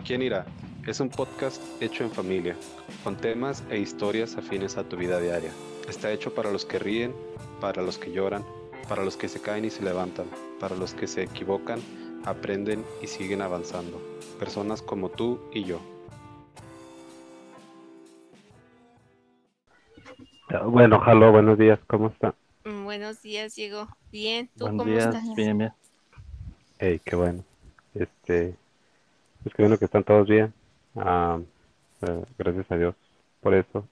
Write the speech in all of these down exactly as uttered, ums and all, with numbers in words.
¿Quién irá? Es un podcast hecho en familia, con temas e historias afines a tu vida diaria. Está hecho para los que ríen, para los que lloran, para los que se caen y se levantan, para los que se equivocan, aprenden y siguen avanzando. Personas como tú y yo. Bueno, Jalo, buenos días, ¿cómo está? Mm, Buenos días, Diego. Bien, ¿tú Buenos cómo días, estás? bien, bien. Hey, qué bueno. Este, pues qué bueno que están todos bien. Ah, eh, gracias a Dios por eso.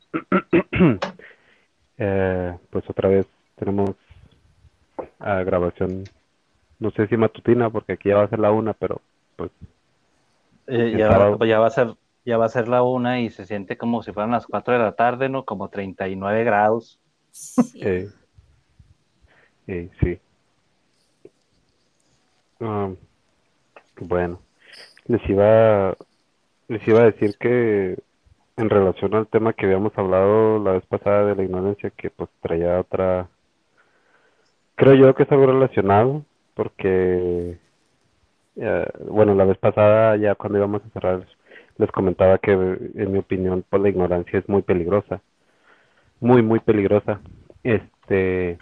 Eh, pues otra vez tenemos ah, grabación, no sé si matutina, porque aquí ya va a ser la una, pero pues Eh, el ya, va- sábado, pues ya va a ser, ya va a ser la una y se siente como si fueran las cuatro de la tarde, ¿no? Como treinta y nueve grados. Sí. eh, eh, sí. Ah, bueno, les iba, les iba a decir que en relación al tema que habíamos hablado la vez pasada de la ignorancia, que pues traía otra. Creo yo que es algo relacionado, porque, eh, bueno, la vez pasada, ya cuando íbamos a cerrar, les comentaba que, en mi opinión, pues la ignorancia es muy peligrosa, muy, muy peligrosa. Este,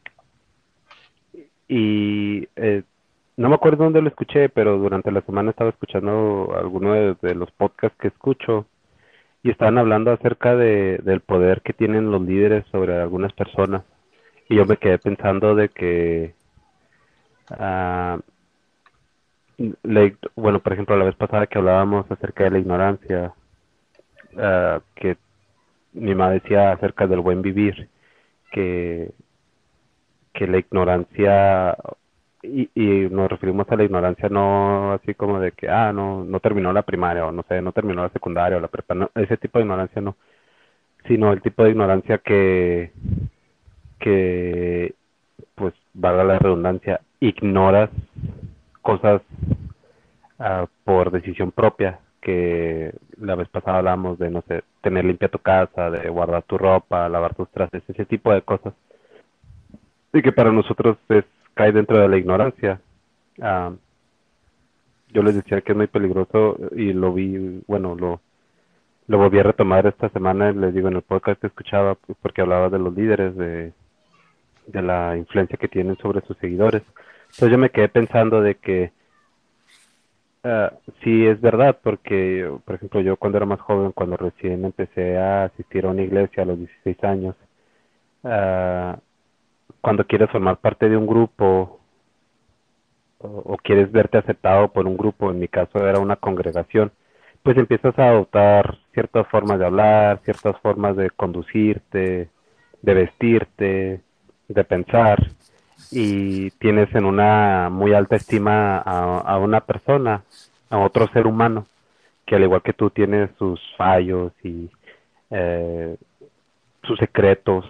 y eh, no me acuerdo dónde lo escuché, pero durante la semana estaba escuchando alguno de, de los podcasts que escucho y estaban hablando acerca de, del poder que tienen los líderes sobre algunas personas. Y yo me quedé pensando de que, ah, la- bueno, por ejemplo, la vez pasada que hablábamos acerca de la ignorancia, ah, que mi mamá decía acerca del buen vivir, que, que la ignorancia, y, y nos referimos a la ignorancia no así como de que, ah, no, no terminó la primaria, o no sé, no terminó la secundaria o la prepa, no, ese tipo de ignorancia no, sino el tipo de ignorancia que, que, pues, valga la redundancia, ignoras cosas ah, por decisión propia, que la vez pasada hablamos de, no sé, tener limpia tu casa, de guardar tu ropa, lavar tus trastes, ese tipo de cosas, y que para nosotros es, cae dentro de la ignorancia. Ah, yo les decía que es muy peligroso y lo vi, bueno, lo, lo volví a retomar esta semana, les digo, en el podcast que escuchaba, pues, porque hablaba de los líderes, de, de la influencia que tienen sobre sus seguidores. Entonces yo me quedé pensando de que Ah, sí, es verdad, porque, por ejemplo, yo cuando era más joven, cuando recién empecé a asistir a una iglesia a los dieciséis años, ah, cuando quieres formar parte de un grupo o, o quieres verte aceptado por un grupo, en mi caso era una congregación, pues empiezas a adoptar ciertas formas de hablar, ciertas formas de conducirte, de vestirte, de pensar, y tienes en una muy alta estima a, a una persona, a otro ser humano, que al igual que tú tiene sus fallos y eh, sus secretos,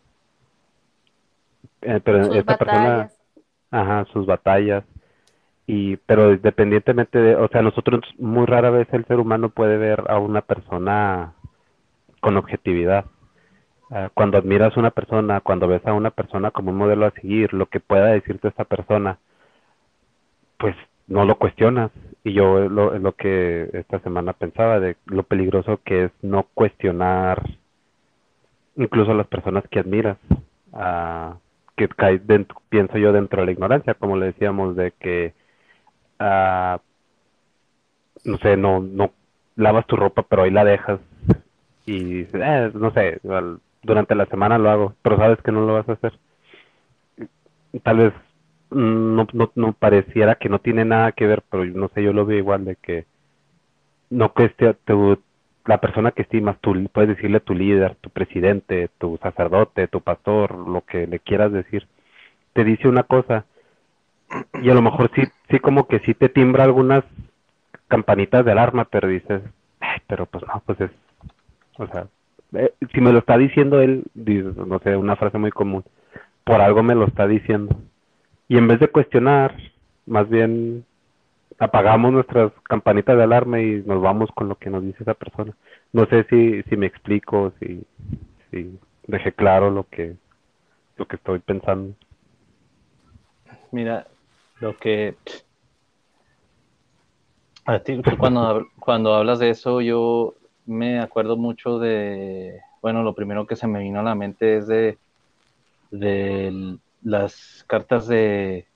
eh, pero Sus esta persona, batallas. ajá, sus batallas, y pero independientemente de, o sea, nosotros muy rara vez el ser humano puede ver a una persona con objetividad. Uh, cuando admiras a una persona, cuando ves a una persona como un modelo a seguir, lo que pueda decirte esta persona, pues no lo cuestionas. Y yo es lo, es lo que esta semana pensaba, de lo peligroso que es no cuestionar incluso a las personas que admiras, uh, que cae dentro, pienso yo, dentro de la ignorancia, como le decíamos, de que, uh, no sé, no, no lavas tu ropa, pero ahí la dejas y, eh, no sé, al- durante la semana lo hago, pero sabes que no lo vas a hacer. Tal vez mm, no, no, no pareciera que no tiene nada que ver, pero no sé, yo lo veo igual de que no cueste tu, la persona que estimas, tú puedes decirle tu líder, tu presidente, tu sacerdote, tu pastor, lo que le quieras decir, te dice una cosa y a lo mejor sí, sí como que sí te timbra algunas campanitas de alarma, pero dices, ay, pero pues no, pues es, o sea, eh, si me lo está diciendo él, dices, no sé, una frase muy común, por algo me lo está diciendo. Y en vez de cuestionar, más bien apagamos nuestras campanitas de alarma y nos vamos con lo que nos dice esa persona. No sé si, si me explico, si, si dejé claro lo que, lo que estoy pensando. Mira, lo que A ti, tú cuando, hab- cuando hablas de eso, yo me acuerdo mucho de, bueno, lo primero que se me vino a la mente es de, de l- las cartas de,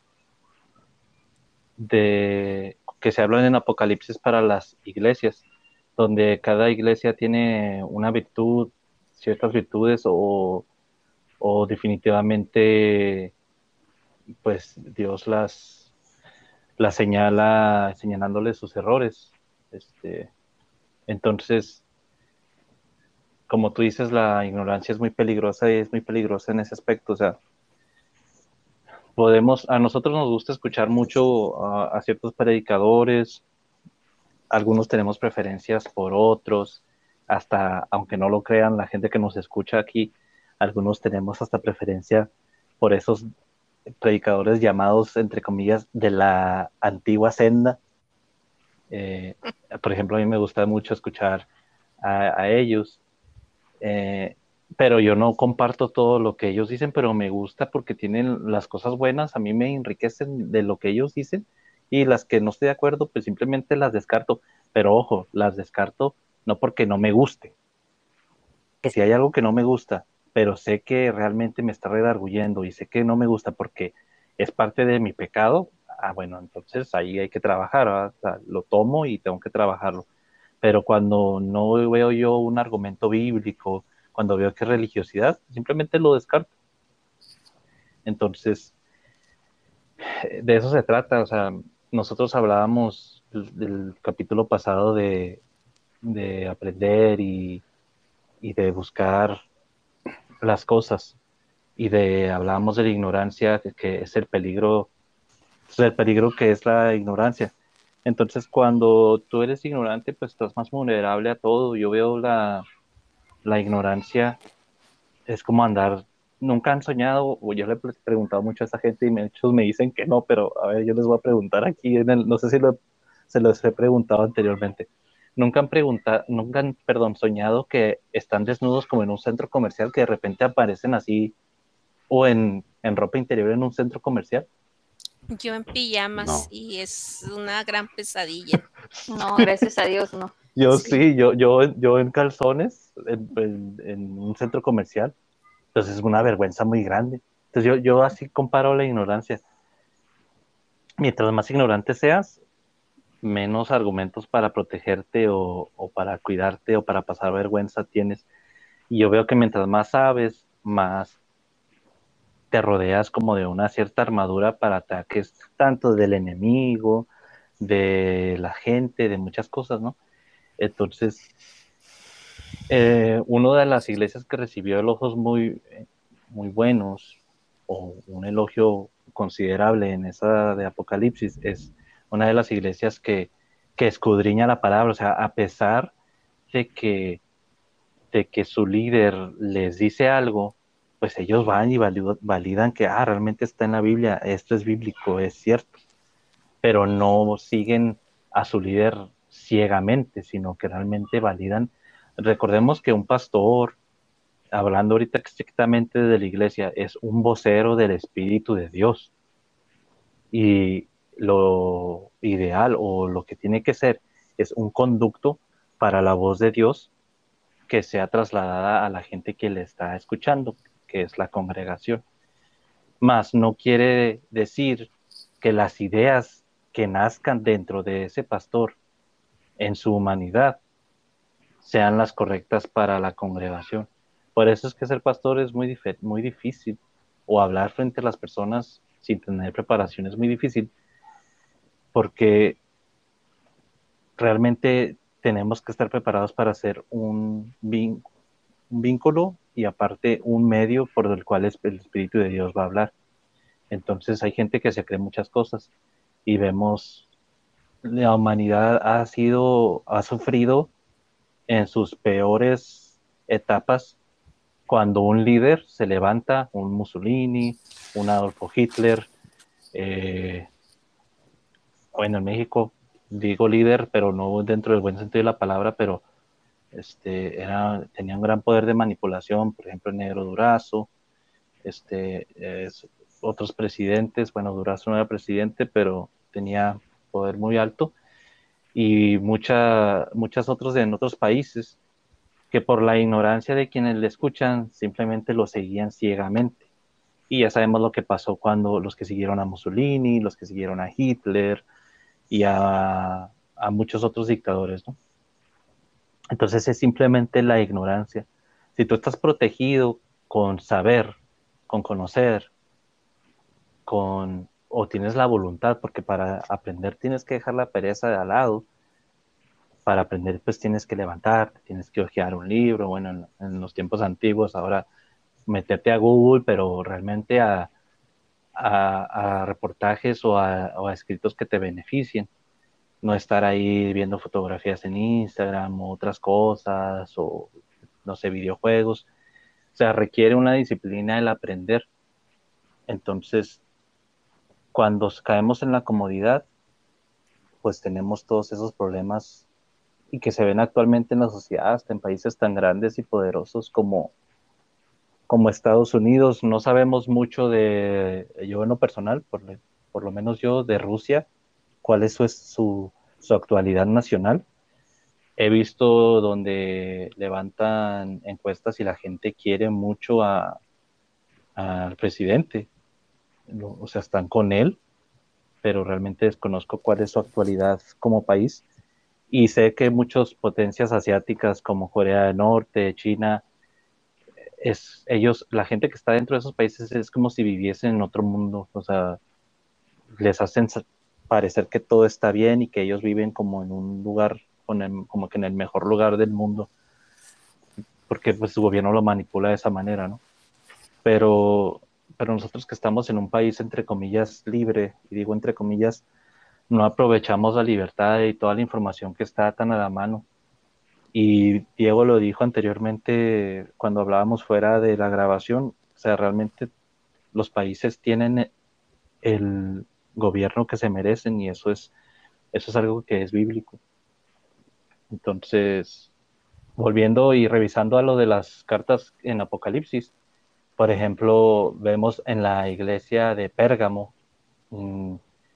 de que se hablan en Apocalipsis para las iglesias, donde cada iglesia tiene una virtud, ciertas virtudes o, o definitivamente, pues Dios las, las señala señalándole sus errores. Este, entonces, como tú dices, la ignorancia es muy peligrosa y es muy peligrosa en ese aspecto. O sea, podemos, a nosotros nos gusta escuchar mucho a, a ciertos predicadores, algunos tenemos preferencias por otros, hasta, aunque no lo crean, la gente que nos escucha aquí, algunos tenemos hasta preferencia por esos predicadores llamados, entre comillas, de la antigua senda. Eh, por ejemplo, a mí me gusta mucho escuchar a, a ellos. Eh, pero yo no comparto todo lo que ellos dicen, pero me gusta porque tienen las cosas buenas, a mí me enriquecen de lo que ellos dicen y las que no estoy de acuerdo, pues simplemente las descarto. Pero ojo, las descarto no porque no me guste. Si hay algo que no me gusta, pero sé que realmente me está redarguyendo y sé que no me gusta porque es parte de mi pecado, ah, bueno, entonces ahí hay que trabajar, ¿verdad? O sea, lo tomo y tengo que trabajarlo. Pero cuando no veo yo un argumento bíblico, cuando veo que es religiosidad, simplemente lo descarto. Entonces, de eso se trata. O sea, nosotros hablábamos del, del capítulo pasado de, de aprender y, y, de buscar las cosas. Y de hablábamos de la ignorancia, que, que es el peligro, es el peligro que es la ignorancia. Entonces, cuando tú eres ignorante, pues estás más vulnerable a todo. Yo veo la, la ignorancia es como andar, nunca han soñado, o yo le he preguntado mucho a esa gente y muchos me dicen que no, pero a ver, yo les voy a preguntar aquí, en el, no sé si lo, se los he preguntado anteriormente. Nunca han preguntado, nunca han, perdón, soñado que están desnudos como en un centro comercial, que de repente aparecen así, o en, en ropa interior en un centro comercial. Yo en pijamas No. y es una gran pesadilla. No, gracias a Dios, no. Yo Sí. sí, yo, yo, yo en calzones, en, en, en un centro comercial, entonces es una vergüenza muy grande. Entonces yo, yo así comparo la ignorancia. Mientras más ignorante seas, menos argumentos para protegerte o, o para cuidarte o para pasar vergüenza tienes. Y yo veo que mientras más sabes, más te rodeas como de una cierta armadura para ataques tanto del enemigo, de la gente, de muchas cosas, ¿no? Entonces, eh, una de las iglesias que recibió elogios muy, muy buenos o un elogio considerable en esa de Apocalipsis es una de las iglesias que, que escudriña la palabra, o sea, a pesar de que, de que su líder les dice algo, pues ellos van y validan, validan que ah, realmente está en la Biblia, esto es bíblico, es cierto, pero no siguen a su líder ciegamente, sino que realmente validan. Recordemos que un pastor, hablando ahorita estrictamente de la iglesia, es un vocero del Espíritu de Dios. Y lo ideal o lo que tiene que ser es un conducto para la voz de Dios que sea trasladada a la gente que le está escuchando, que es la congregación. Más no quiere decir que las ideas que nazcan dentro de ese pastor en su humanidad sean las correctas para la congregación. Por eso es que ser pastor es muy, muy difícil, o hablar frente a las personas sin tener preparación es muy difícil, porque realmente tenemos que estar preparados para hacer un, un vínculo y aparte un medio por el cual el Espíritu de Dios va a hablar. Entonces hay gente que se cree muchas cosas y vemos la humanidad ha sido, ha sufrido en sus peores etapas cuando un líder se levanta, un Mussolini, un Adolfo Hitler, eh, bueno, en México digo líder, pero no dentro del buen sentido de la palabra, pero este, era, tenía un gran poder de manipulación, por ejemplo, Negro Durazo, este, es, otros presidentes, bueno, Durazo no era presidente, pero tenía poder muy alto, y mucha, muchas otros en otros países que por la ignorancia de quienes le escuchan simplemente lo seguían ciegamente. Y ya sabemos lo que pasó cuando los que siguieron a Mussolini, los que siguieron a Hitler y a, a muchos otros dictadores, ¿no? Entonces es simplemente la ignorancia. Si tú estás protegido con saber, con conocer, con o tienes la voluntad, porque para aprender tienes que dejar la pereza de al lado. Para aprender, pues tienes que levantarte, tienes que hojear un libro. Bueno, en, en los tiempos antiguos, ahora meterte a Google, pero realmente a, a, a reportajes o a, o a escritos que te beneficien. No estar ahí viendo fotografías en Instagram o otras cosas o, no sé, videojuegos. O sea, requiere una disciplina el aprender. Entonces, cuando caemos en la comodidad, pues tenemos todos esos problemas y que se ven actualmente en la sociedad, hasta en países tan grandes y poderosos como, como Estados Unidos. No sabemos mucho de, yo en lo personal, por, por lo menos yo, de Rusia, cuál es su, su, su actualidad nacional. He visto donde levantan encuestas y la gente quiere mucho a, al presidente, o sea, están con él, pero realmente desconozco cuál es su actualidad como país. Y sé que muchas potencias asiáticas como Corea del Norte, China, es ellos, la gente que está dentro de esos países es como si viviesen en otro mundo, o sea, les hacen parecer que todo está bien y que ellos viven como en un lugar, como que en el mejor lugar del mundo, porque pues su gobierno lo manipula de esa manera, ¿no? Pero, pero nosotros que estamos en un país entre comillas libre, y digo entre comillas, no aprovechamos la libertad y toda la información que está tan a la mano. Y Diego lo dijo anteriormente cuando hablábamos fuera de la grabación, o sea, realmente los países tienen el gobierno que se merecen y eso es, eso es algo que es bíblico. Entonces, volviendo y revisando a lo de las cartas en Apocalipsis, por ejemplo, vemos en la iglesia de Pérgamo, mmm,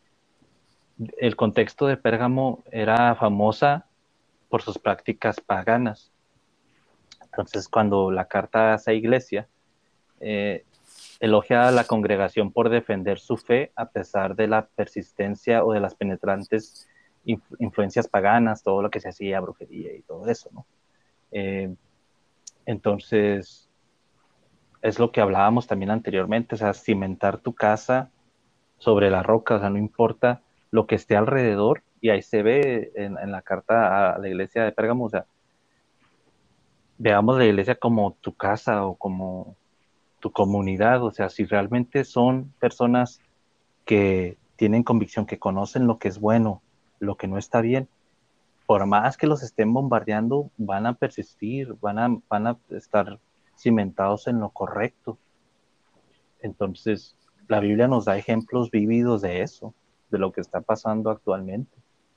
el contexto de Pérgamo era famosa por sus prácticas paganas. Entonces, cuando la carta a esa iglesia eh, elogia a la congregación por defender su fe a pesar de la persistencia o de las penetrantes influ influencias paganas, todo lo que se hacía, brujería y todo eso, ¿no? Eh, entonces, es lo que hablábamos también anteriormente, o sea, cimentar tu casa sobre la roca, o sea, no importa lo que esté alrededor, y ahí se ve en, en la carta a la iglesia de Pérgamo, o sea, veamos la iglesia como tu casa o como tu comunidad, o sea, si realmente son personas que tienen convicción, que conocen lo que es bueno, lo que no está bien, por más que los estén bombardeando, van a persistir, van a, van a estar cimentados en lo correcto. Entonces, la Biblia nos da ejemplos vívidos de eso, de lo que está pasando actualmente.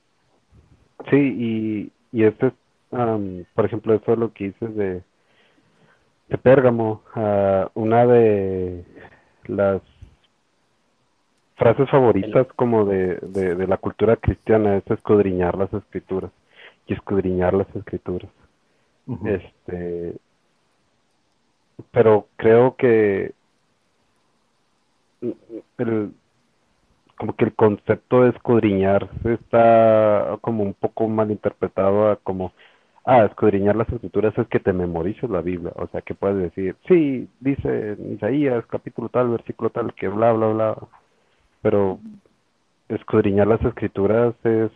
Sí, y, y este es, um, por ejemplo, eso es lo que dices de, de Pérgamo, uh, una de las frases El, favoritas como de, de, de la cultura cristiana es escudriñar las escrituras y escudriñar las escrituras. uh-huh. Este, pero creo que el, como que el concepto de escudriñar está como un poco mal interpretado a como, ah, escudriñar las escrituras es que te memorices la Biblia, o sea, que puedes decir, sí, dice en Isaías capítulo tal, versículo tal, que bla, bla, bla, pero escudriñar las escrituras es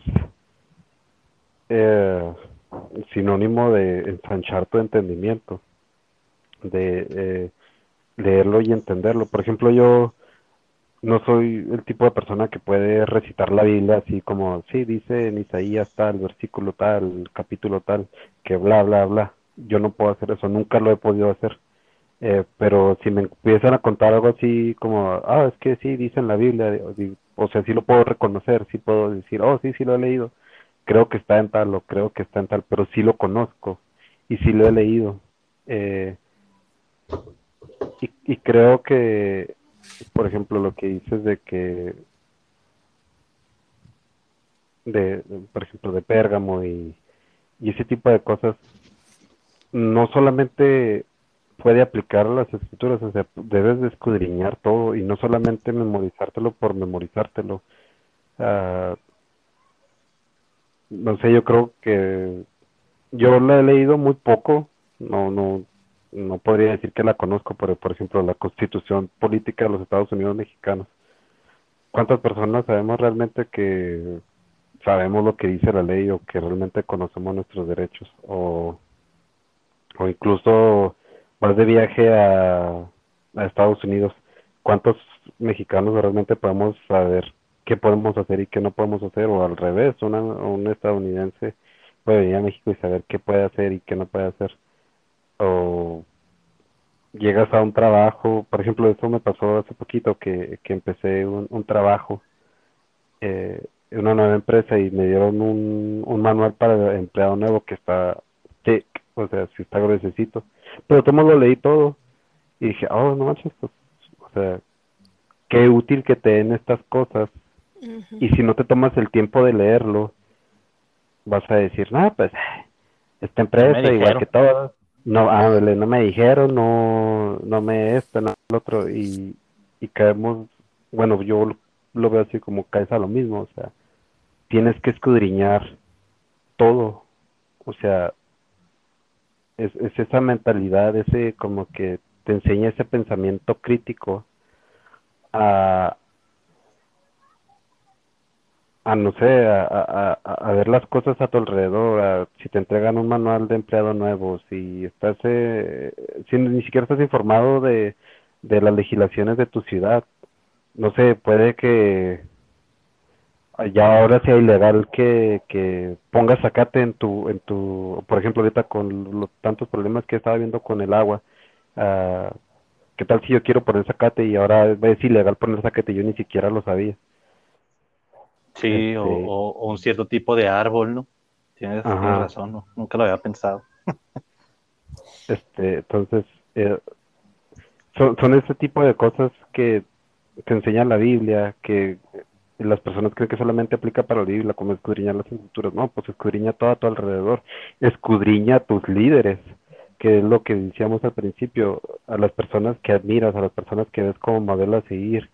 eh, sinónimo de ensanchar tu entendimiento, de eh, leerlo y entenderlo. Por ejemplo, yo no soy el tipo de persona que puede recitar la Biblia así como, sí, dice en Isaías tal, versículo tal, capítulo tal, que bla, bla, bla. Yo no puedo hacer eso, nunca lo he podido hacer. Eh, pero si me empiezan a contar algo así como, ah, es que sí, dice en la Biblia, o sea, sí lo puedo reconocer, sí puedo decir, oh, sí, sí lo he leído, creo que está en tal o creo que está en tal, pero sí lo conozco y sí lo he leído. Eh, y, y creo que, por ejemplo, lo que dices de que de, de, por ejemplo, de Pérgamo y, y ese tipo de cosas, no solamente puede aplicar a las escrituras, o sea, debes de escudriñar todo y no solamente memorizártelo por memorizártelo. Uh, no sé, yo creo que yo la he leído muy poco, no, no, no podría decir que la conozco, pero por ejemplo la Constitución Política de los Estados Unidos Mexicanos. ¿Cuántas personas sabemos realmente que sabemos lo que dice la ley o que realmente conocemos nuestros derechos? O, o incluso vas de viaje a, a Estados Unidos, ¿cuántos mexicanos realmente podemos saber qué podemos hacer y qué no podemos hacer? O al revés, una, un estadounidense puede venir a México y saber qué puede hacer y qué no puede hacer. O llegas a un trabajo, por ejemplo, eso me pasó hace poquito que, que empecé un, un trabajo eh, en una nueva empresa y me dieron un, un manual para el empleado nuevo que está thick, o sea, si está gruesecito. Pero todo lo leí todo y dije, oh, no manches, pues, o sea, qué útil que te den estas cosas. Ujú. Y si no te tomas el tiempo de leerlo, vas a decir, no, pues, esta No me empresa, igual dijeron. que todas, no, ándale, no me dijeron, no, no me esto, no lo otro, y, y caemos, bueno, yo lo veo así como caes a lo mismo, o sea, tienes que escudriñar todo, o sea, es, es esa mentalidad, ese como que te enseña ese pensamiento crítico a, a no sé, a, a, a, a ver las cosas a tu alrededor, a, si te entregan un manual de empleado nuevo, si estás, eh, si ni siquiera estás informado de, de las legislaciones de tu ciudad, no sé, puede que ya ahora sea ilegal que, que pongas zacate en tu, en tu, por ejemplo, ahorita con los tantos problemas que estaba viendo con el agua, uh, ¿qué tal si yo quiero poner zacate y ahora es ilegal poner zacate y yo ni siquiera lo sabía? Sí, o, Este, o- o un cierto tipo de árbol, ¿no? Tienes, tienes ajá, razón, ¿no? Nunca lo había pensado. este, entonces, eh, son, son ese tipo de cosas que te enseña la Biblia, que las personas creen que solamente aplica para la Biblia, como escudriñar las escrituras. No, pues escudriña todo a tu alrededor, escudriña a tus líderes, que es lo que decíamos al principio, a las personas que admiras, a las personas que ves como modelo a seguir,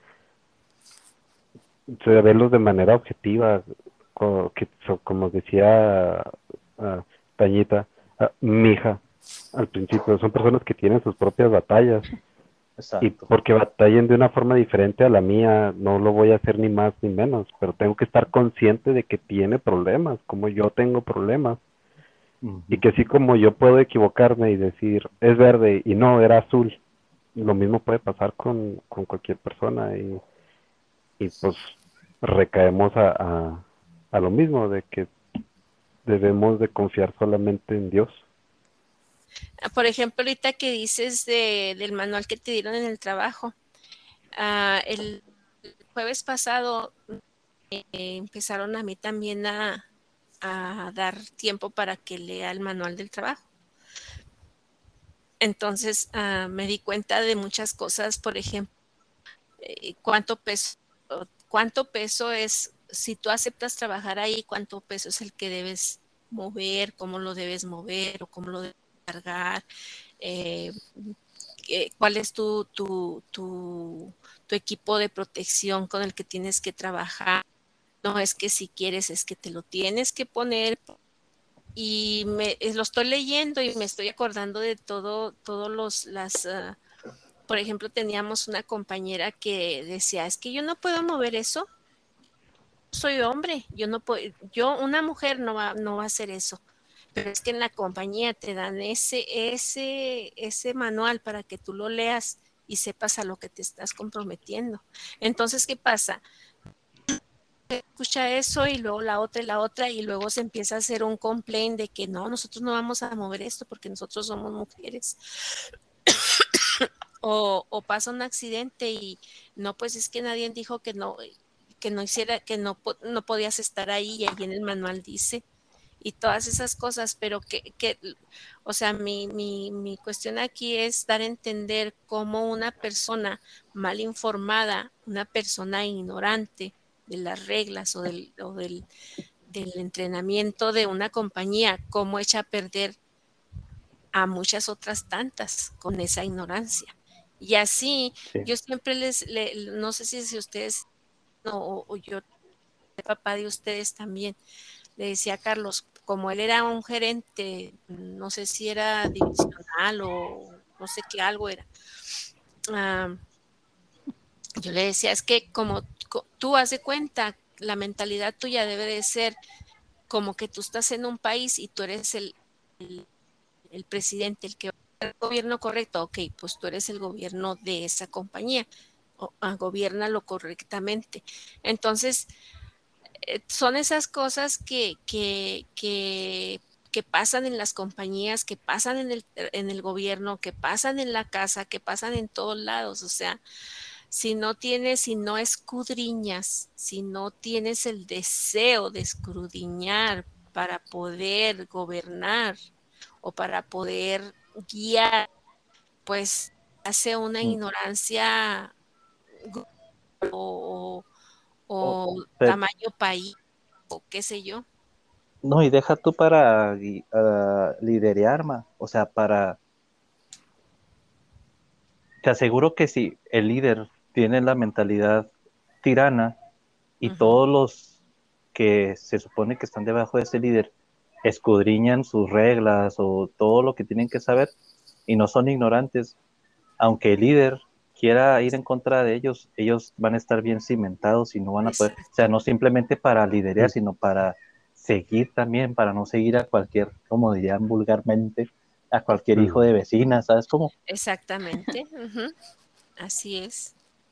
o sea, verlos de manera objetiva, como, que, so- como decía uh, Tañita, uh, mija, al principio, son personas que tienen sus propias batallas, y Exacto. porque batallen de una forma diferente a la mía, no lo voy a hacer ni más ni menos, pero tengo que estar consciente de que tiene problemas, como yo tengo problemas, y Ujú. que así como yo puedo equivocarme y decir, es verde y no, era azul, lo mismo puede pasar con, con cualquier persona, y, y pues recaemos a, a, a lo mismo, de que debemos de confiar solamente en Dios. Ah, Por ejemplo, ahorita que dices de, del manual que te dieron en el trabajo, ah, el jueves pasado eh, empezaron a mí también a, a dar tiempo para que lea el manual del trabajo. Entonces ah, me di cuenta de muchas cosas, por ejemplo, eh, cuánto peso, cuánto peso es, si tú aceptas trabajar ahí, cuánto peso es el que debes mover, cómo lo debes mover o cómo lo debes cargar, eh, eh, cuál es tu, tu, tu, tu equipo de protección con el que tienes que trabajar. No es que si quieres, es que te lo tienes que poner. Y me, eh, lo estoy leyendo y me estoy acordando de todo, todos los, las, uh, por ejemplo, teníamos una compañera que decía, es que yo no puedo mover eso, soy hombre, yo no puedo, yo, una mujer no va, no va a hacer eso. Pero es que en la compañía te dan ese, ese, ese manual para que tú lo leas y sepas a lo que te estás comprometiendo. Entonces, ¿qué pasa? Escucha eso y luego la otra y la otra y luego se empieza a hacer un complaint de que no, nosotros no vamos a mover esto porque nosotros somos mujeres. O, o pasa un accidente y no, pues es que nadie dijo que no, que no hiciera, que no, no podías estar ahí y ahí en el manual dice y todas esas cosas, pero que, que o sea, mi, mi, mi cuestión aquí es dar a entender cómo una persona mal informada, una persona ignorante de las reglas o del, o del del entrenamiento de una compañía, cómo echa a perder a muchas otras tantas con esa ignorancia. Y así, Sí. yo siempre les, le, no sé si, si ustedes no, o, o yo, el papá de ustedes también, le decía a Carlos, como él era un gerente, no sé si era divisional o no sé qué algo era, uh, yo le decía, es que como tú haces cuenta, la mentalidad tuya debe de ser como que tú estás en un país y tú eres el, el, el presidente, el que va a hacer el gobierno correcto, ok, pues tú eres el gobierno de esa compañía, o, uh, gobiernalo correctamente. Entonces, eh, son esas cosas que, que, que, que pasan en las compañías, que pasan en el, en el gobierno, que pasan en la casa, que pasan en todos lados, o sea, si no tienes, si no escudriñas, si no tienes el deseo de escudriñar para poder gobernar o para poder guiar, pues hace una ignorancia o, O- o pero- tamaño país o qué sé yo. no, y deja tú para gui- ah, liderear, ma. O sea, para... Te aseguro que si el líder tiene la mentalidad tirana y Uh-huh. todos los que se supone que están debajo de ese líder escudriñan sus reglas o todo lo que tienen que saber y no son ignorantes, aunque el líder quiera ir en contra de ellos, ellos van a estar bien cimentados y no van a poder, o sea, Exacto. no simplemente para liderar, Mm. sino para seguir también, para no seguir a cualquier, como dirían vulgarmente, a cualquier hijo Mm. de vecina, ¿sabes cómo? Exactamente. Uh-huh. Así es.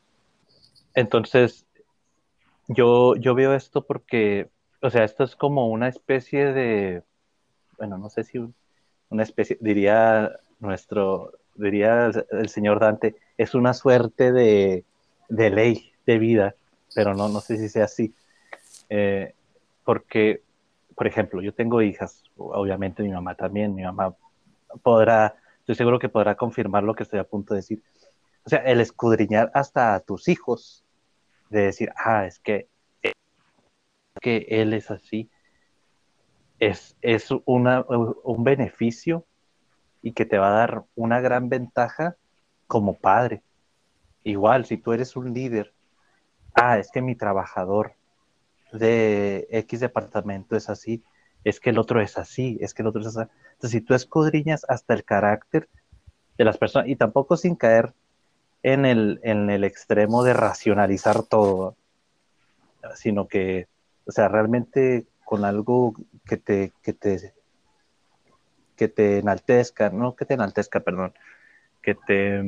Entonces, yo, yo veo esto porque, o sea, esto es como una especie de, bueno, no sé si un- una especie, diría nuestro, diría el, el señor Dante, es una suerte de, de ley de vida, pero no, no sé si sea así. Eh, porque, por ejemplo, yo tengo hijas, obviamente mi mamá también, mi mamá podrá, estoy seguro que podrá confirmar lo que estoy a punto de decir. O sea, el escudriñar hasta a tus hijos, de decir, ah, es que, es que él es así, es, es una, un beneficio y que te va a dar una gran ventaja como padre. Igual, si tú eres un líder, ah, es que mi trabajador de X departamento es así, es que el otro es así, es que el otro es así. Entonces, si tú escudriñas hasta el carácter de las personas, y tampoco sin caer en el, en el extremo de racionalizar todo, sino que, o sea, realmente con algo que te, que te, que te enaltezca, no que te enaltezca, perdón, que te...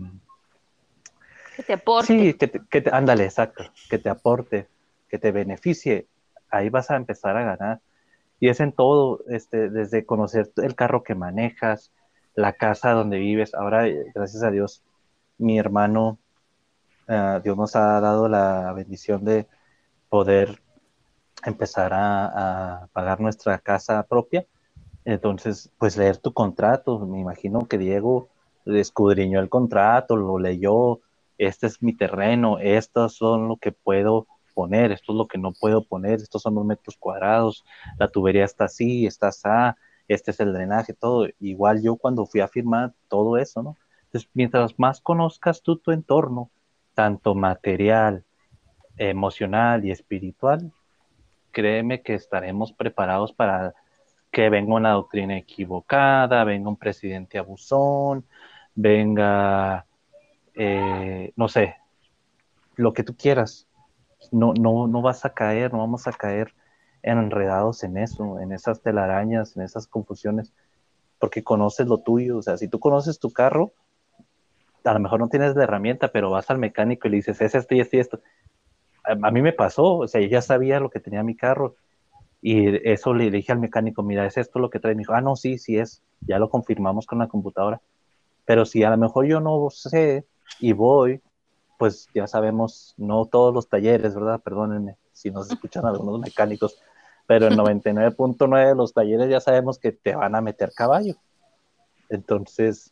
Que te aporte. Sí, que te, que te, ándale, exacto, que te aporte, que te beneficie, ahí vas a empezar a ganar. Y es en todo, este, desde conocer el carro que manejas, la casa donde vives. Ahora, eh, gracias a Dios, mi hermano, uh, Dios nos ha dado la bendición de poder empezar a, a pagar nuestra casa propia. Entonces, pues leer tu contrato, me imagino que Diego escudriñó el contrato, lo leyó, este es mi terreno, estos son lo que puedo poner, esto es lo que no puedo poner, estos son los metros cuadrados, la tubería está así, está así, este es el drenaje, todo. Igual yo cuando fui a firmar todo eso, ¿no? Entonces, mientras más conozcas tú tu entorno, tanto material, emocional y espiritual, créeme que estaremos preparados para que venga una doctrina equivocada, venga un presidente abusón, venga, eh, no sé, lo que tú quieras. No, no, no vas a caer, no vamos a caer enredados en eso, en esas telarañas, en esas confusiones, porque conoces lo tuyo. O sea, si tú conoces tu carro, a lo mejor no tienes la herramienta, pero vas al mecánico y le dices, es esto y esto y esto. A, a mí me pasó, o sea, yo ya sabía lo que tenía mi carro. Y eso le dije al mecánico, mira, ¿es esto lo que trae? Me dijo, ah, no, sí, sí es. Ya lo confirmamos con la computadora. Pero si a lo mejor yo no sé y voy, pues ya sabemos, no todos los talleres, ¿verdad? Perdónenme si nos escuchan algunos mecánicos, pero el noventa y nueve punto nueve de los talleres ya sabemos que te van a meter caballo. Entonces,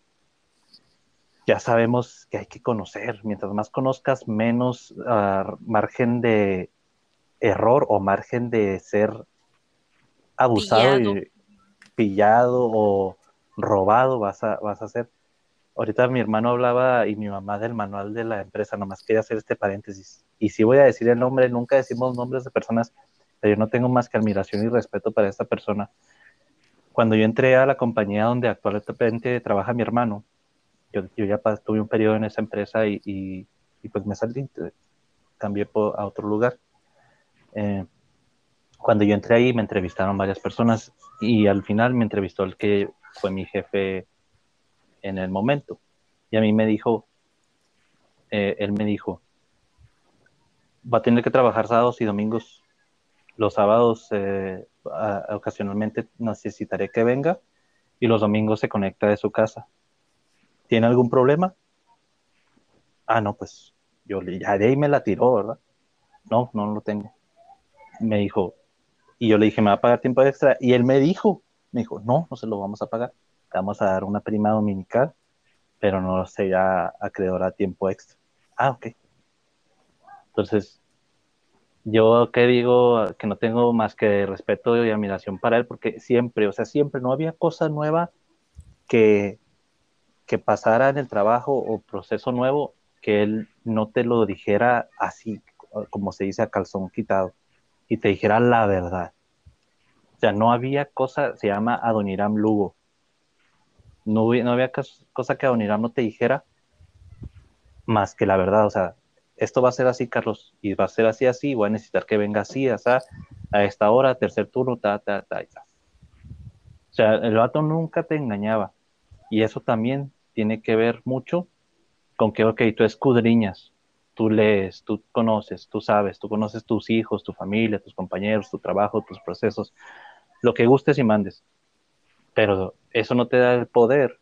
ya sabemos que hay que conocer. Mientras más conozcas, menos uh, margen de error o margen de ser abusado pillado. y pillado o robado vas a, vas a ser. Ahorita mi hermano hablaba y mi mamá del manual de la empresa, nomás quería hacer este paréntesis. Y sí voy a decir el nombre, nunca decimos nombres de personas, pero yo no tengo más que admiración y respeto para esta persona. Cuando yo entré a la compañía donde actualmente trabaja mi hermano, yo, yo ya tuve un periodo en esa empresa y, y, y pues me salí, cambié por, a otro lugar. Eh, cuando yo entré ahí me entrevistaron varias personas y al final me entrevistó el que fue mi jefe en el momento. Y a mí me dijo, eh, él me dijo, va a tener que trabajar sábados y domingos. Los sábados eh, a, ocasionalmente necesitaré que venga y los domingos se conecta de su casa. ¿Tiene algún problema? Ah, no, pues yo le, ya de ahí me la tiró, ¿verdad? No, no lo tengo. Me dijo, y yo le dije, ¿me va a pagar tiempo extra? Y él me dijo, me dijo, no, no se lo vamos a pagar. Te vamos a dar una prima dominical, pero no será acreedor a tiempo extra. Ah, ok. Entonces, yo que digo que no tengo más que respeto y admiración para él, porque siempre, o sea, siempre no había cosa nueva que, que pasara en el trabajo o proceso nuevo que él no te lo dijera así, como se dice, a calzón quitado, y te dijera la verdad. O sea, no había cosa, se llama Adoniram Lugo. No, hubi- no había cas- cosa que Adoniram no te dijera más que la verdad. O sea, esto va a ser así, Carlos, y va a ser así, así, voy a necesitar que venga así, así, a esta hora, tercer turno, ta, ta, ta, ta. O sea, el vato nunca te engañaba. Y eso también tiene que ver mucho con que, ok, tú escudriñas, tú lees, tú conoces, tú sabes, tú conoces tus hijos, tu familia, tus compañeros, tu trabajo, tus procesos, lo que gustes y mandes. Pero eso no te da el poder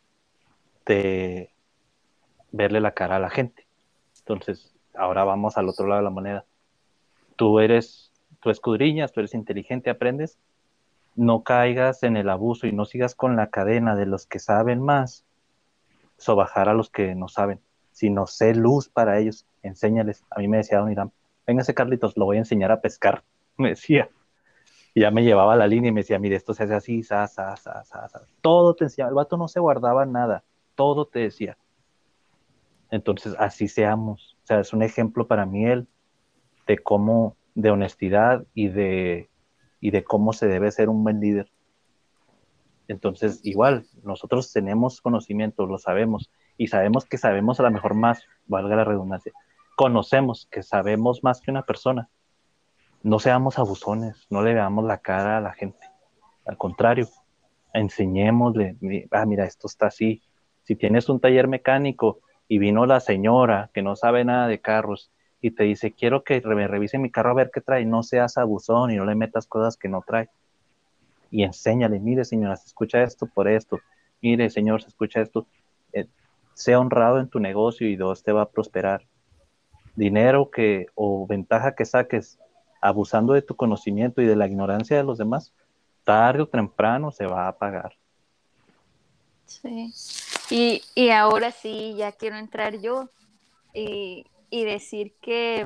de verle la cara a la gente. Entonces, ahora vamos al otro lado de la moneda. Tú eres, tú escudriñas, tú eres inteligente, aprendes, no caigas en el abuso y no sigas con la cadena de los que saben más, sobajar a los que no saben, sino sé luz para ellos, enséñales. A mí me decía Don Irán, véngase Carlitos, lo voy a enseñar a pescar, me decía. Y ya me llevaba a la línea y me decía, mire, esto se hace así, sa, sa, sa, sa, sa. Todo te enseñaba, el vato no se guardaba nada, todo te decía. Entonces, así seamos. O sea, es un ejemplo para mí él de cómo, de honestidad y de, y de cómo se debe ser un buen líder. Entonces, igual, nosotros tenemos conocimiento, lo sabemos, y sabemos que sabemos a lo mejor más, valga la redundancia, conocemos que sabemos más que una persona. No seamos abusones, no le veamos la cara a la gente. Al contrario, enseñémosle, ah, mira, esto está así. Si tienes un taller mecánico y vino la señora que no sabe nada de carros y te dice, quiero que me revise mi carro a ver qué trae, no seas abusón y no le metas cosas que no trae. Y enséñale, mire señora, se escucha esto por esto, mire señor, se escucha esto, eh, sea honrado en tu negocio y Dios te va a prosperar. Dinero que o ventaja que saques abusando de tu conocimiento y de la ignorancia de los demás, tarde o temprano se va a pagar. Sí. Y, y ahora sí, ya quiero entrar yo y, y decir que,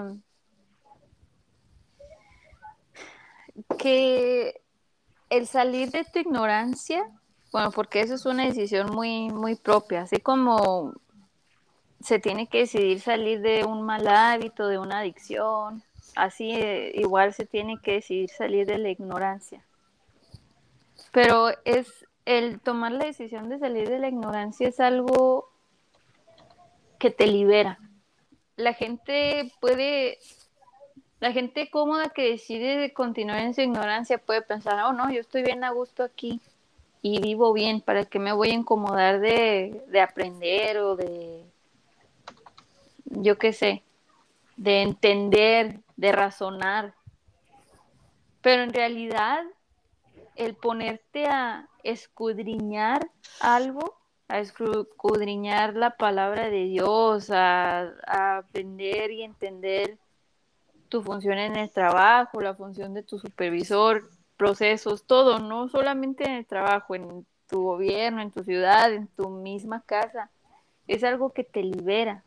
que el salir de tu ignorancia, bueno, porque eso es una decisión muy, muy propia, así como se tiene que decidir salir de un mal hábito, de una adicción, así eh, igual se tiene que decidir salir de la ignorancia. Pero es el tomar la decisión de salir de la ignorancia es algo que te libera. La gente puede, la gente cómoda que decide continuar en su ignorancia puede pensar, oh no, yo estoy bien a gusto aquí y vivo bien, ¿para qué me voy a incomodar de, de aprender o de, yo qué sé, de entender, de razonar? Pero en realidad el ponerte a escudriñar algo, a escudriñar la palabra de Dios, a, a aprender y entender tu función en el trabajo, la función de tu supervisor, procesos, todo, no solamente en el trabajo, en tu gobierno, en tu ciudad, en tu misma casa, es algo que te libera,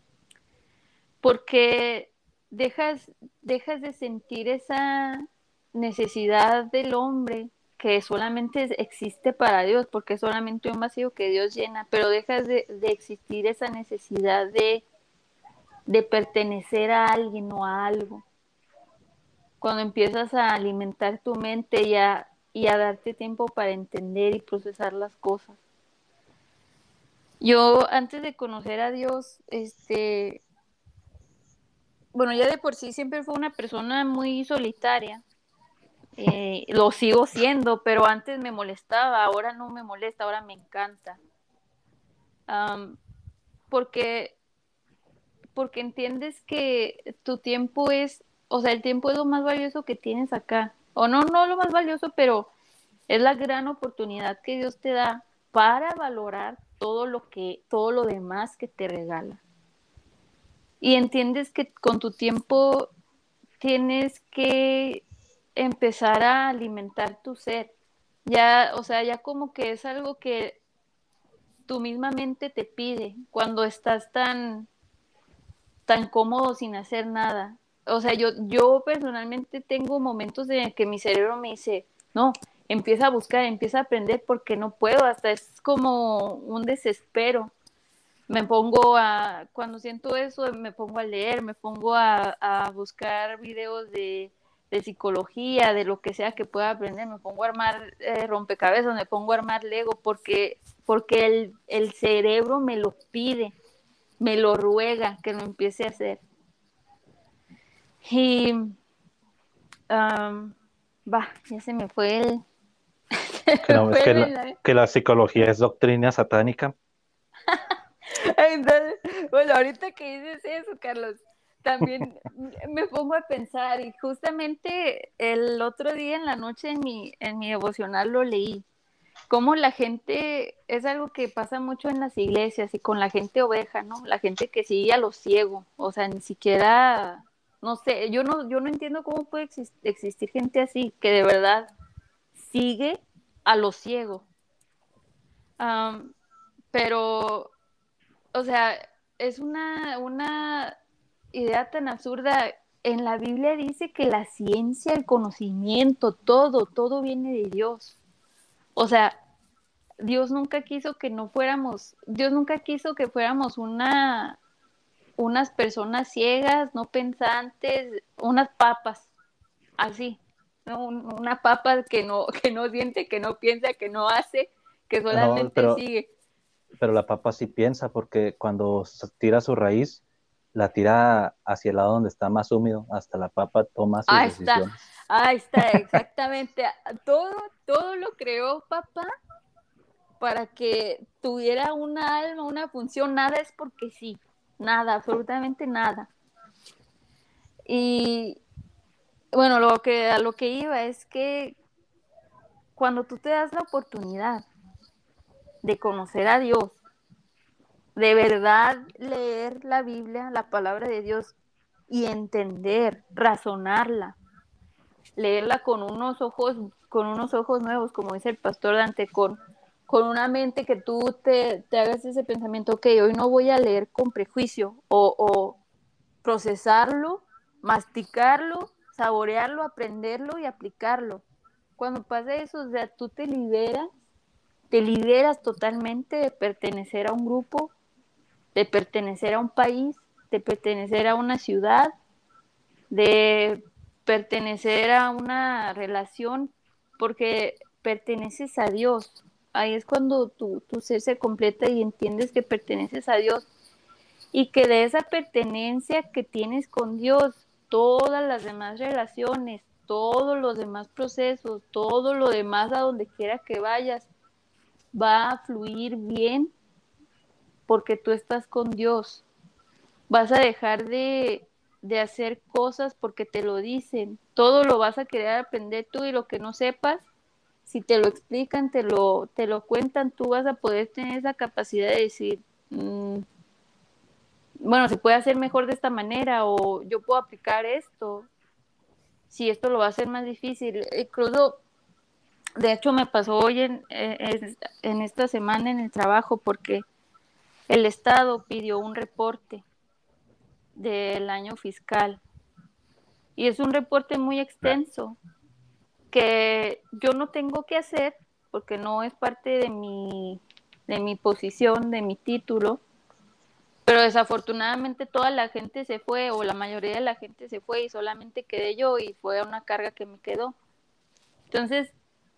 porque dejas, dejas de sentir esa, necesidad del hombre que solamente existe para Dios, porque es solamente un vacío que Dios llena, pero dejas de, de existir esa necesidad de, de pertenecer a alguien o a algo. Cuando empiezas a alimentar tu mente y a, y a darte tiempo para entender y procesar las cosas. Yo, antes de conocer a Dios, este, bueno, ya de por sí siempre fue una persona muy solitaria. Eh, lo sigo siendo, pero antes me molestaba, ahora no me molesta, ahora me encanta. Um, porque, porque entiendes que tu tiempo es, o sea, el tiempo es lo más valioso que tienes acá. O no, no lo más valioso, pero es la gran oportunidad que Dios te da para valorar todo lo que, todo lo demás que te regala. Y entiendes que con tu tiempo tienes que empezar a alimentar tu ser. Ya, o sea, ya como que es algo que tu misma mente te pide cuando estás tan, tan cómodo sin hacer nada. O sea, yo, yo personalmente tengo momentos en que mi cerebro me dice, no, empieza a buscar, empieza a aprender porque no puedo, hasta es como un desespero. Me pongo a, cuando siento eso, me pongo a leer, me pongo a, a buscar videos de, de psicología, de lo que sea que pueda aprender, me pongo a armar eh, rompecabezas, me pongo a armar Lego, porque, porque el, el cerebro me lo pide, me lo ruega que lo empiece a hacer. Y, um, va, ya se me fue el... Que, no, es que, la, que la psicología es doctrina satánica. Entonces, bueno, ahorita que dices eso, Carlos, también me pongo a pensar, y justamente el otro día en la noche en mi, en mi devocional lo leí, cómo la gente, es algo que pasa mucho en las iglesias y con la gente oveja, ¿no? La gente que sigue a lo ciego, o sea, ni siquiera, no sé, yo no, yo no entiendo cómo puede exist- existir gente así, que de verdad sigue a lo ciego. Um, pero o sea, es una, una idea tan absurda. En la Biblia dice que la ciencia, el conocimiento, todo, todo viene de Dios. O sea, Dios nunca quiso que no fuéramos, Dios nunca quiso que fuéramos una, unas personas ciegas, no pensantes, unas papas, así, ¿no? Un- una papa que no, que no siente, que no piensa, que no hace, que No, solamente pero, sigue. pero la papa sí piensa, porque cuando tira su raíz, la tira hacia el lado donde está más húmedo, hasta la papa toma sus Ahí está, decisiones. ahí está, exactamente. Todo, todo lo creó papá para que tuviera una alma, una función. Nada es porque sí, nada, absolutamente nada. Y bueno, lo que, a lo que iba es que cuando tú te das la oportunidad de conocer a Dios, de verdad leer la Biblia, la palabra de Dios, y entender, razonarla, leerla con unos ojos, con unos ojos nuevos, como dice el pastor Dante, con, con una mente que tú te, te hagas ese pensamiento, ok, hoy no voy a leer con prejuicio, o, o procesarlo, masticarlo, saborearlo, aprenderlo y aplicarlo. Cuando pasa eso, o sea, tú te liberas, te liberas totalmente de pertenecer a un grupo, de pertenecer a un país, de pertenecer a una ciudad, de pertenecer a una relación, porque perteneces a Dios. Ahí es cuando tu, tu ser se completa y entiendes que perteneces a Dios y que de esa pertenencia que tienes con Dios, todas las demás relaciones, todos los demás procesos, todo lo demás a donde quiera que vayas, va a fluir bien porque tú estás con Dios. Vas a dejar de, de hacer cosas porque te lo dicen. Todo lo vas a querer aprender tú y lo que no sepas, si te lo explican, te lo, te lo cuentan, tú vas a poder tener esa capacidad de decir, mmm, bueno, se puede hacer mejor de esta manera o yo puedo aplicar esto. Si esto lo va a hacer más difícil. Incluso, de hecho, me pasó hoy en, en, en esta semana en el trabajo porque el Estado pidió un reporte del año fiscal y es un reporte muy extenso que yo no tengo que hacer porque no es parte de mi, de mi posición, de mi título, pero desafortunadamente toda la gente se fue o la mayoría de la gente se fue y solamente quedé yo y fue una carga que me quedó. Entonces,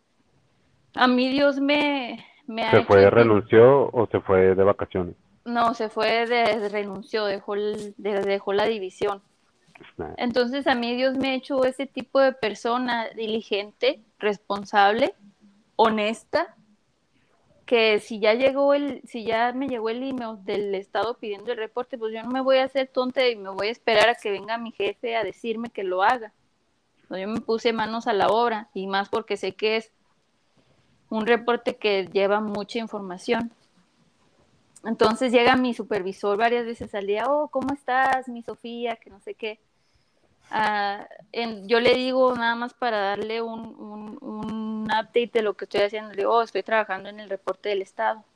a mí Dios me, me ha ¿Se hecho fue, entender. renunció o se fue de vacaciones? No, se fue, de, renunció, dejó, el, de, dejó la división. Nah. Entonces a mí Dios me ha hecho ese tipo de persona diligente, responsable, honesta, que si ya llegó el, si ya me llegó el email del estado pidiendo el reporte, pues yo no me voy a hacer tonta y me voy a esperar a que venga mi jefe a decirme que lo haga. Pues yo me puse manos a la obra y más porque sé que es un reporte que lleva mucha información. Entonces llega mi supervisor varias veces al día, oh, ¿cómo estás, mi Sofía? Que no sé qué. Uh, en, yo le digo nada más para darle un, un, un update de lo que estoy haciendo. Le digo, oh, estoy trabajando en el reporte del estado.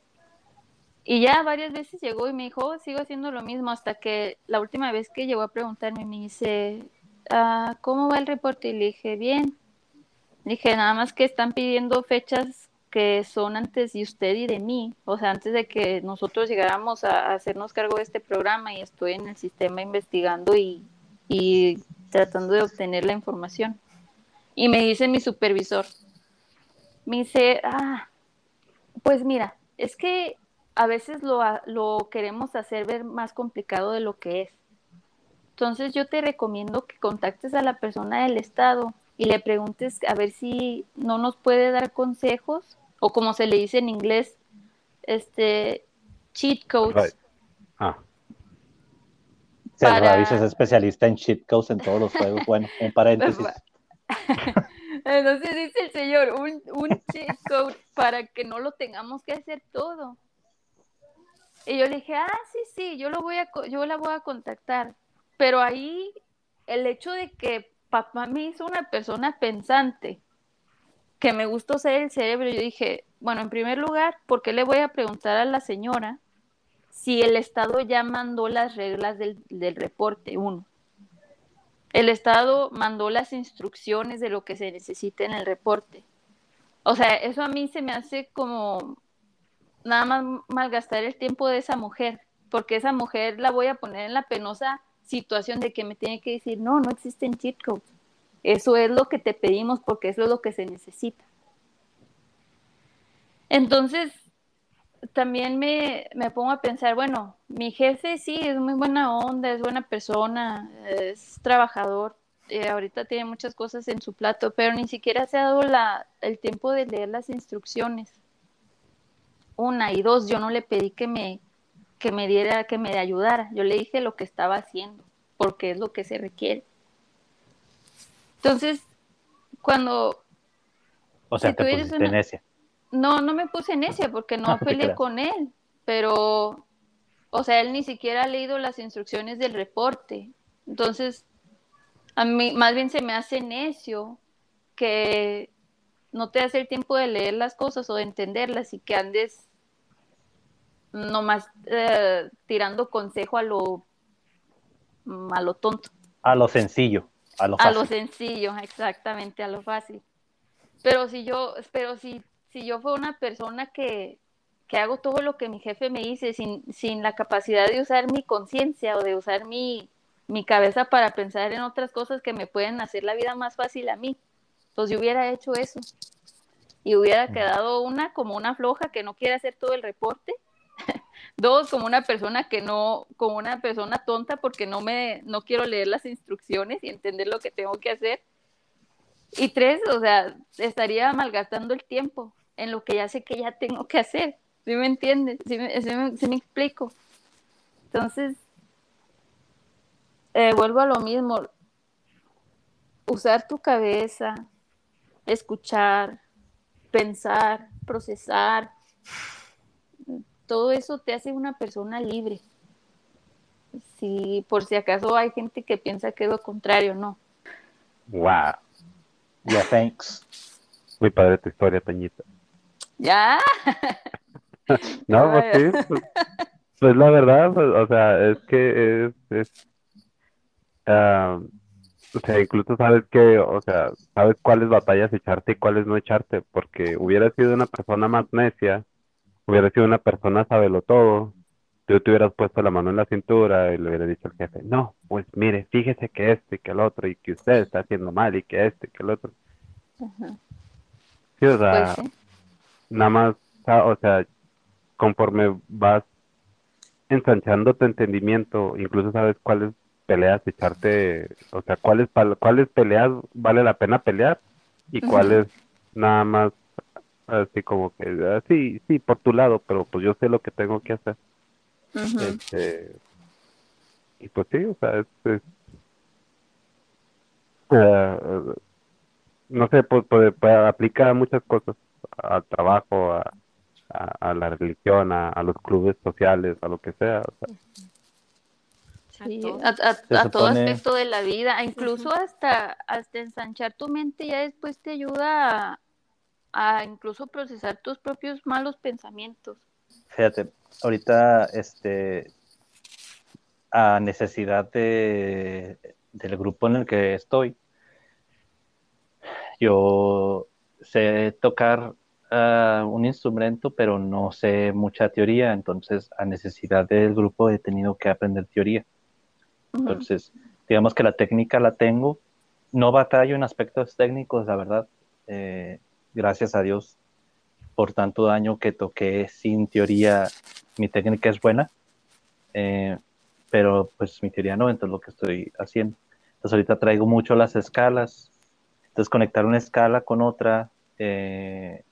Y ya varias veces llegó y me dijo, oh, sigo haciendo lo mismo, hasta que la última vez que llegó a preguntarme me dice, uh, ¿cómo va el reporte? Y le dije, bien. Le dije, nada más que están pidiendo fechas que son antes de usted y de mí, o sea, antes de que nosotros llegáramos a, a hacernos cargo de este programa, y estoy en el sistema investigando y, y tratando de obtener la información. Y me dice mi supervisor, me dice, ah, pues mira, es que a veces lo, lo queremos hacer ver más complicado de lo que es. Entonces yo te recomiendo que contactes a la persona del estado y le preguntes a ver si no nos puede dar consejos, o como se le dice en inglés, este, cheat codes. Right. Ah. Si el para... Ravis es especialista en cheat codes en todos los juegos. Bueno, un paréntesis. Entonces dice el señor, un, un cheat code para que no lo tengamos que hacer todo. Y yo le dije, ah, sí, sí, yo, lo voy a, yo la voy a contactar. Pero ahí el hecho de que papá me hizo una persona pensante, que me gustó ser el cerebro, yo dije, bueno, en primer lugar, ¿por qué le voy a preguntar a la señora si el Estado ya mandó las reglas del, del reporte? Uno, el Estado mandó las instrucciones de lo que se necesita en el reporte. O sea, eso a mí se me hace como nada más malgastar el tiempo de esa mujer, porque esa mujer la voy a poner en la penosa situación de que me tiene que decir, no, no existen cheat codes. Eso es lo que te pedimos porque eso es lo que se necesita. Entonces, también me, me pongo a pensar, bueno, mi jefe sí, es muy buena onda, es buena persona, es trabajador, eh, ahorita tiene muchas cosas en su plato, pero ni siquiera se ha dado la, el tiempo de leer las instrucciones. Una, y dos, yo no le pedí que me, que me diera, que me ayudara, yo le dije lo que estaba haciendo, porque es lo que se requiere. Entonces, cuando... O sea, si te pusiste una... necia. No, no me puse necia porque no Ah, sí, peleé claro. con él, pero, o sea, él ni siquiera ha leído las instrucciones del reporte. Entonces, a mí más bien se me hace necio que no te hace el tiempo de leer las cosas o de entenderlas y que andes nomás eh, tirando consejo a lo, a lo tonto. A lo sencillo, a lo A fácil. lo sencillo, exactamente, a lo fácil. Pero si yo, pero si, si yo fuera una persona que, que hago todo lo que mi jefe me dice sin, sin la capacidad de usar mi conciencia o de usar mi, mi cabeza para pensar en otras cosas que me pueden hacer la vida más fácil a mí, pues yo hubiera hecho eso. Y hubiera quedado una como una floja que no quiere hacer todo el reporte. Dos, como una persona que no, como una persona tonta porque no me, no quiero leer las instrucciones y entender lo que tengo que hacer. Y tres, o sea, estaría malgastando el tiempo en lo que ya sé que ya tengo que hacer. ¿Sí me entiendes? ¿Sí me, sí me, sí me explico? Entonces, eh, vuelvo a lo mismo. Usar tu cabeza, escuchar, pensar, procesar, todo eso te hace una persona libre. Si por si acaso hay gente que piensa que es lo contrario, no. Wow. Yeah, thanks. Muy padre tu historia, Peñita. ¿Ya? No, pues sí, pues, pues la verdad, pues, o sea, es que es, es ah, O sea, incluso sabes que, o sea, sabes cuáles batallas echarte y cuáles no echarte, porque hubiera sido una persona más necia, hubiera sido una persona todo, tú te hubieras puesto la mano en la cintura y le hubieras dicho al jefe, no, pues mire, fíjese que este y que el otro, y que usted está haciendo mal y que este y que el otro. Ujú. Sí, o Pues sea, sí. nada más, o o sea, conforme vas ensanchando tu entendimiento, incluso sabes cuáles peleas echarte, o sea, cuáles, pal- cuáles peleas vale la pena pelear y Ujú, cuáles nada más así como que, ah, sí, sí, por tu lado, pero pues yo sé lo que tengo que hacer. ujú. Este, y pues sí, o sea, es, es, eh, no sé, pues, pues, pues, aplica a muchas cosas, al trabajo, a, a, a la religión, a, a los clubes sociales, a lo que sea. O sea, A Sí, todo. a, Se a- a todo supone, aspecto de la vida, Ujú. incluso hasta, hasta ensanchar tu mente ya después te ayuda a, a incluso procesar tus propios malos pensamientos. fíjate, ahorita, este, a necesidad de, del grupo en el que estoy, yo sé tocar ah, un instrumento, pero no sé mucha teoría, entonces a necesidad del grupo he tenido que aprender teoría. Ujú, Entonces, digamos que la técnica la tengo, no batallo en aspectos técnicos, la verdad, eh, gracias a Dios por tanto daño que toqué sin teoría, mi técnica es buena, eh, pero pues mi teoría no, entonces lo que estoy haciendo. Entonces ahorita traigo mucho las escalas, entonces conectar una escala con otra eh,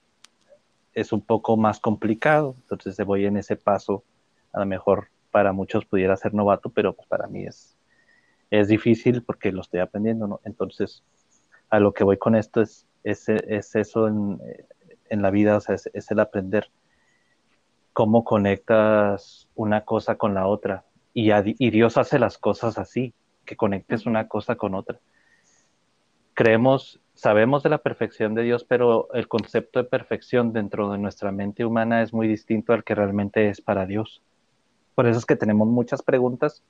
es un poco más complicado, entonces voy en ese paso, a lo mejor para muchos pudiera ser novato, pero pues para mí es, es difícil porque lo estoy aprendiendo, ¿no? Entonces a lo que voy con esto es, es, es eso en, en, la vida, o sea, es, es el aprender cómo conectas una cosa con la otra. Y, a, y Dios hace las cosas así, que conectes ujú, una cosa con otra. Creemos, sabemos de la perfección de Dios, pero el concepto de perfección dentro de nuestra mente humana es muy distinto al que realmente es para Dios. Por eso es que tenemos muchas preguntas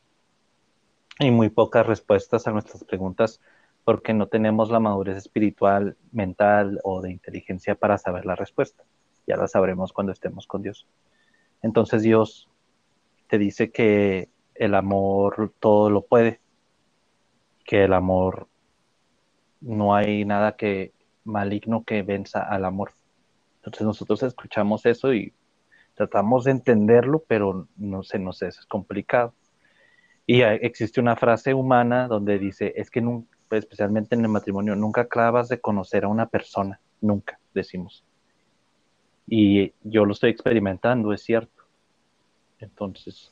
y muy pocas respuestas a nuestras preguntas, porque no tenemos la madurez espiritual, mental o de inteligencia para saber la respuesta. Ya la sabremos cuando estemos con Dios. Entonces Dios te dice que el amor todo lo puede, que el amor no hay nada que maligno que venza al amor. Entonces nosotros escuchamos eso y tratamos de entenderlo, pero no se nos es complicado. Y existe una frase humana donde dice, es que nunca, especialmente en el matrimonio, nunca acabas de conocer a una persona, nunca, decimos. Y yo lo estoy experimentando, es cierto. Entonces,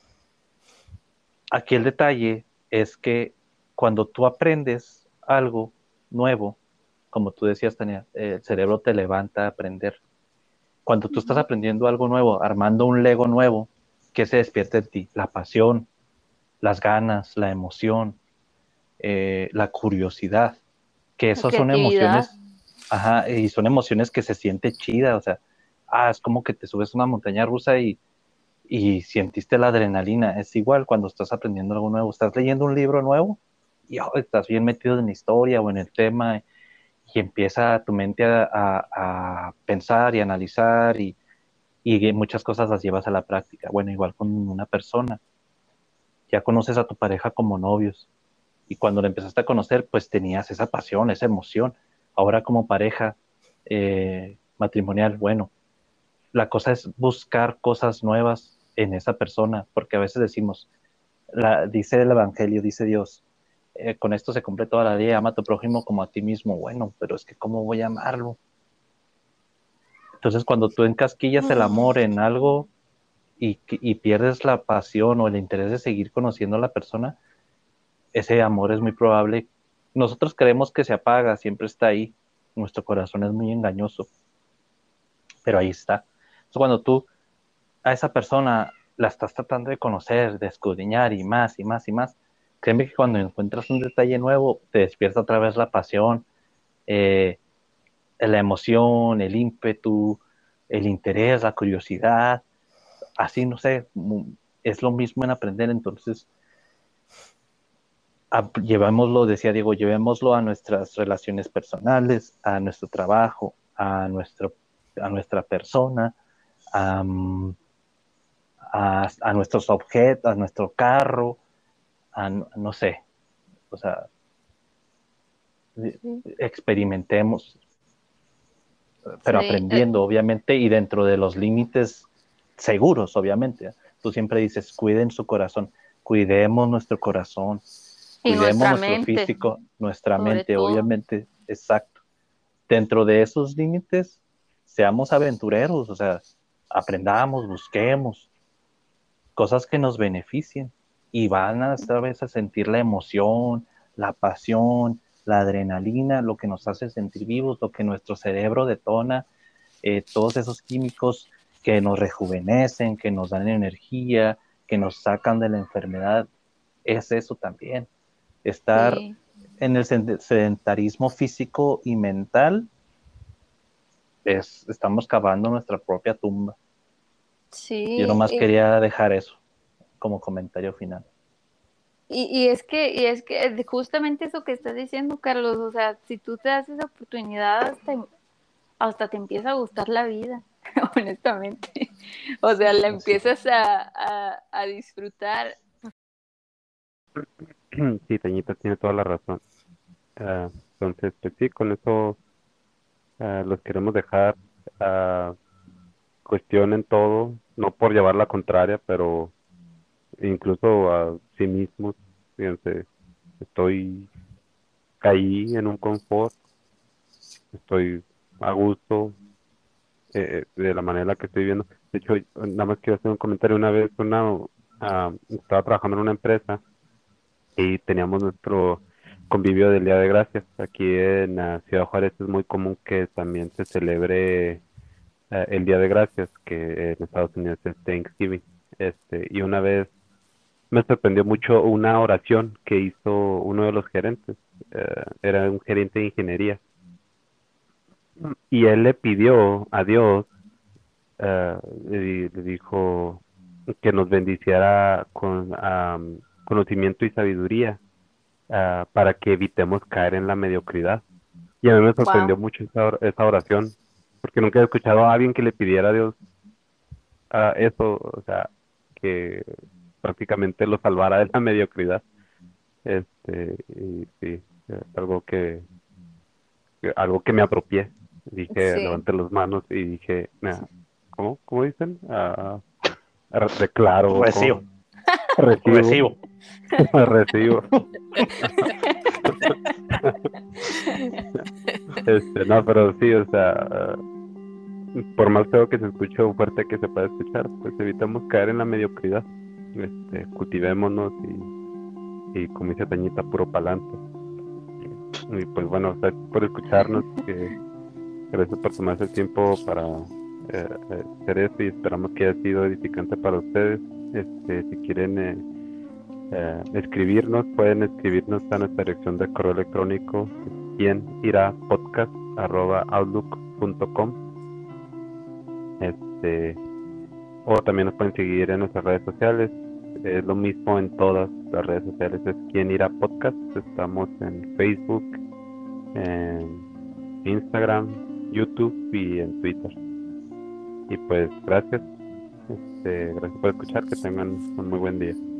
aquí el detalle es que cuando tú aprendes algo nuevo, como tú decías, Tania, el cerebro te levanta a aprender. Cuando tú estás ujú. aprendiendo algo nuevo, armando un Lego nuevo, ¿qué se despierta en ti? La pasión, las ganas, la emoción, eh, la curiosidad, que La esas son creatividad. emociones, ajá, y son emociones que se siente chida, o sea, ah, es como que te subes a una montaña rusa y y sentiste la adrenalina. Es igual cuando estás aprendiendo algo nuevo, estás leyendo un libro nuevo y oh, estás bien metido en la historia o en el tema y empieza tu mente a, a, a pensar y analizar y, y muchas cosas las llevas a la práctica. Bueno, igual con una persona, ya conoces a tu pareja como novios y cuando la empezaste a conocer, pues tenías esa pasión, esa emoción. Ahora como pareja eh, matrimonial, bueno, la cosa es buscar cosas nuevas en esa persona, porque a veces decimos, la, dice el Evangelio, dice Dios, eh, con esto se cumple toda la ley, ama a tu prójimo como a ti mismo. Bueno, pero es que ¿cómo voy a amarlo? Entonces, cuando tú encasquillas el amor en algo y, y pierdes la pasión o el interés de seguir conociendo a la persona, ese amor es muy probable. Nosotros creemos que se apaga, siempre está ahí. Nuestro corazón es muy engañoso, pero ahí está. Entonces, cuando tú a esa persona la estás tratando de conocer, de escudriñar y más y más y más, créeme que cuando encuentras un detalle nuevo, te despierta otra vez la pasión, eh, la emoción, el ímpetu, el interés, la curiosidad, así no sé, es lo mismo en aprender, entonces a- llevémoslo, decía Diego, llevémoslo a nuestras relaciones personales, a nuestro trabajo, a, nuestro, a nuestra persona, a, mm, a, a nuestros objetos, a nuestro carro, a, no sé, o sea, Sí. experimentemos, pero Sí, eh, aprendiendo, obviamente, y dentro de los límites seguros, obviamente. Tú siempre dices, cuiden su corazón, cuidemos nuestro corazón, y cuidemos nuestra nuestro mente, físico, nuestra sobre mente, todo. obviamente, exacto. Dentro de esos límites, seamos aventureros, o sea, aprendamos, busquemos cosas que nos beneficien y van a esta vez a sentir la emoción, la pasión, la adrenalina, lo que nos hace sentir vivos, lo que nuestro cerebro detona, eh, todos esos químicos que nos rejuvenecen, que nos dan energía, que nos sacan de la enfermedad, es eso también. Estar Sí, en el sedentarismo físico y mental, es, estamos cavando nuestra propia tumba. Yo sí. nomás Y, quería dejar eso como comentario final. y, y es que, y es que es justamente eso que estás diciendo, Carlos, o sea, si tú te das esa oportunidad, hasta, hasta te empieza a gustar la vida, honestamente. O sea, la Así. empiezas a, a, a disfrutar. Sí, Tañita tiene toda la razón. Ah, entonces, pues sí, con eso ah, los queremos dejar. ah, Cuestionen todo, no por llevar la contraria, pero incluso a sí mismos. Fíjense, estoy, caí en un confort, estoy a gusto eh, de la manera en la que estoy viviendo. De hecho, nada más quiero hacer un comentario. Una vez, una, ah, estaba trabajando en una empresa y teníamos nuestro convivio del Día de Gracias. Aquí en ah, Ciudad Juárez es muy común que también se celebre eh, el Día de Gracias, que en Estados Unidos es Thanksgiving. Este, y una vez me sorprendió mucho una oración que hizo uno de los gerentes. Eh, era un gerente de ingeniería. Y él le pidió a Dios, eh, le, di- le dijo que nos bendiciera con am, conocimiento y sabiduría, ah, para que evitemos caer en la mediocridad. Y a mí me sorprendió Wow. mucho esa, or- esa oración, porque nunca he escuchado a alguien que le pidiera a Dios ah, eso, o sea, que prácticamente lo salvara de la mediocridad. Este, y sí, es algo que, que- algo que me apropié. Dije, Sí. levanté las manos y dije, nah, ¿cómo? ¿Cómo dicen? Ah, re- declaro, ¿cómo? Recibo, Recibo, recibo. recibo. Este, no, pero sí, o sea, ah, por más feo que se escuche o fuerte que se pueda escuchar, pues evitamos caer en la mediocridad. Este, cultivémonos y, y como dice Tañita, puro pa'lante. Y pues bueno, gracias por escucharnos, que gracias por tomarse el tiempo para eh, eh, hacer esto y esperamos que haya sido edificante para ustedes. Este, si quieren eh, eh, escribirnos, pueden escribirnos a nuestra dirección de correo electrónico, quien irá podcast arroba outlook punto com. Este, o también nos pueden seguir en nuestras redes sociales. Es lo mismo en todas las redes sociales, es quien irá podcast. Estamos en Facebook, en Instagram, YouTube y en Twitter. Y pues gracias, este, gracias por escuchar, que tengan un muy buen día.